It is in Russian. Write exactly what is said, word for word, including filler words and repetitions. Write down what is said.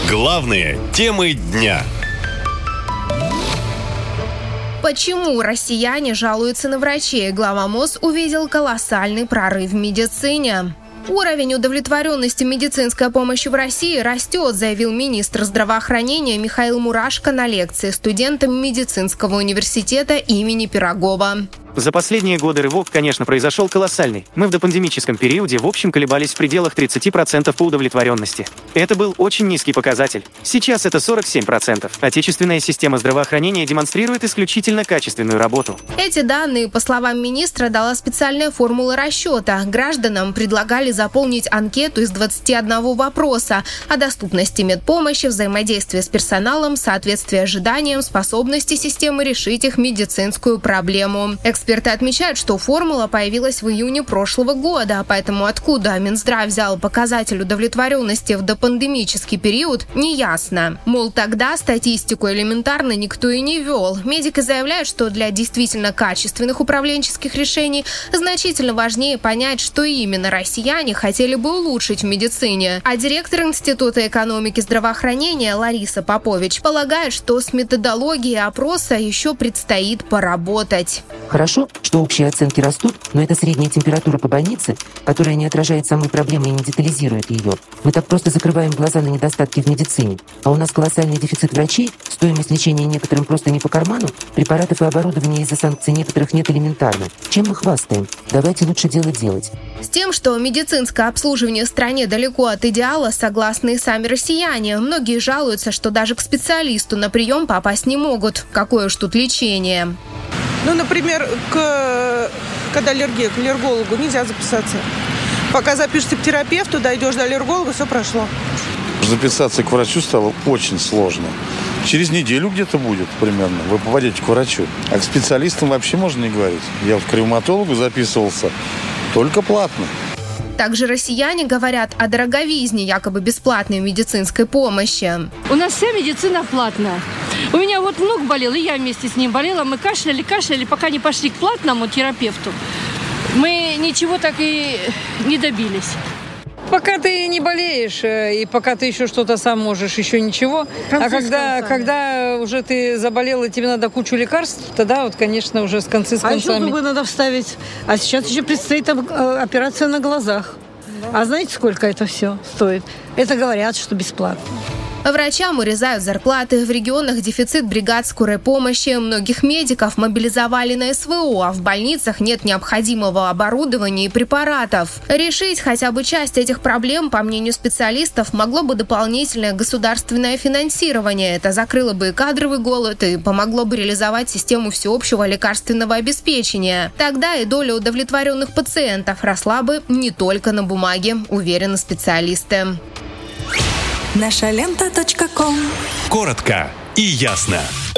Главные темы дня. Почему россияне жалуются на врачей? Глава МОЗ увидел колоссальный прорыв в медицине. Уровень удовлетворенности медицинской помощью в России растет, заявил министр здравоохранения Михаил Мурашко на лекции студентам медицинского университета имени Пирогова. За последние годы рывок, конечно, произошел колоссальный. Мы в допандемическом периоде в общем колебались в пределах тридцать процентов по удовлетворенности. Это был очень низкий показатель. Сейчас это сорок семь процентов. Отечественная система здравоохранения демонстрирует исключительно качественную работу. Эти данные, по словам министра, дала специальная формула расчета. Гражданам предлагали заполнить анкету из двадцати одного вопроса о доступности медпомощи, взаимодействии с персоналом, соответствии ожиданиям, способности системы решить их медицинскую проблему. Эксперты отмечают, что формула появилась в июне прошлого года, поэтому откуда Минздрав взял показатель удовлетворенности в допандемический период, неясно. Мол, тогда статистику элементарно никто и не вел. Медики заявляют, что для действительно качественных управленческих решений значительно важнее понять, что именно россияне хотели бы улучшить в медицине. А директор Института экономики здравоохранения Лариса Попович полагает, что с методологией опроса еще предстоит поработать. Хорошо, что общие оценки растут, но это средняя температура по больнице, которая не отражает самой проблемы и не детализирует ее. Мы так просто закрываем глаза на недостатки в медицине. А у нас колоссальный дефицит врачей, стоимость лечения некоторым просто не по карману, препаратов и оборудования из-за санкций некоторых нет элементарно. Чем мы хвастаем? Давайте лучше дело делать. С тем, что медицинское обслуживание в стране далеко от идеала, согласны и сами россияне. Многие жалуются, что даже к специалисту на прием попасть не могут. Какое уж тут лечение. Ну, например, к, когда аллергия, к аллергологу нельзя записаться. Пока запишешься к терапевту, дойдешь до аллерголога, все прошло. Записаться к врачу стало очень сложно. Через неделю где-то будет примерно. Вы попадете к врачу. А к специалистам вообще можно не говорить. Я вот к ревматологу записывался только платно. Также россияне говорят о дороговизне якобы бесплатной медицинской помощи. У нас вся медицина платная. У меня вот внук болел, и я вместе с ним болела. Мы кашляли, кашляли, пока не пошли к платному терапевту. Мы ничего так и не добились. Пока ты не болеешь, и пока ты еще что-то сам можешь, еще ничего. А когда, когда уже ты заболел, и тебе надо кучу лекарств, тогда вот, конечно, уже с концы с концами. А еще зубы надо вставить. А сейчас еще предстоит операция на глазах. Да. А знаете, сколько это все стоит? Это говорят, что бесплатно. Врачам урезают зарплаты, в регионах дефицит бригад скорой помощи, многих медиков мобилизовали на СВО, а в больницах нет необходимого оборудования и препаратов. Решить хотя бы часть этих проблем, по мнению специалистов, могло бы дополнительное государственное финансирование. Это закрыло бы и кадровый голод, и помогло бы реализовать систему всеобщего лекарственного обеспечения. Тогда и доля удовлетворенных пациентов росла бы не только на бумаге, уверены специалисты. наша лента точка ком. Коротко и ясно.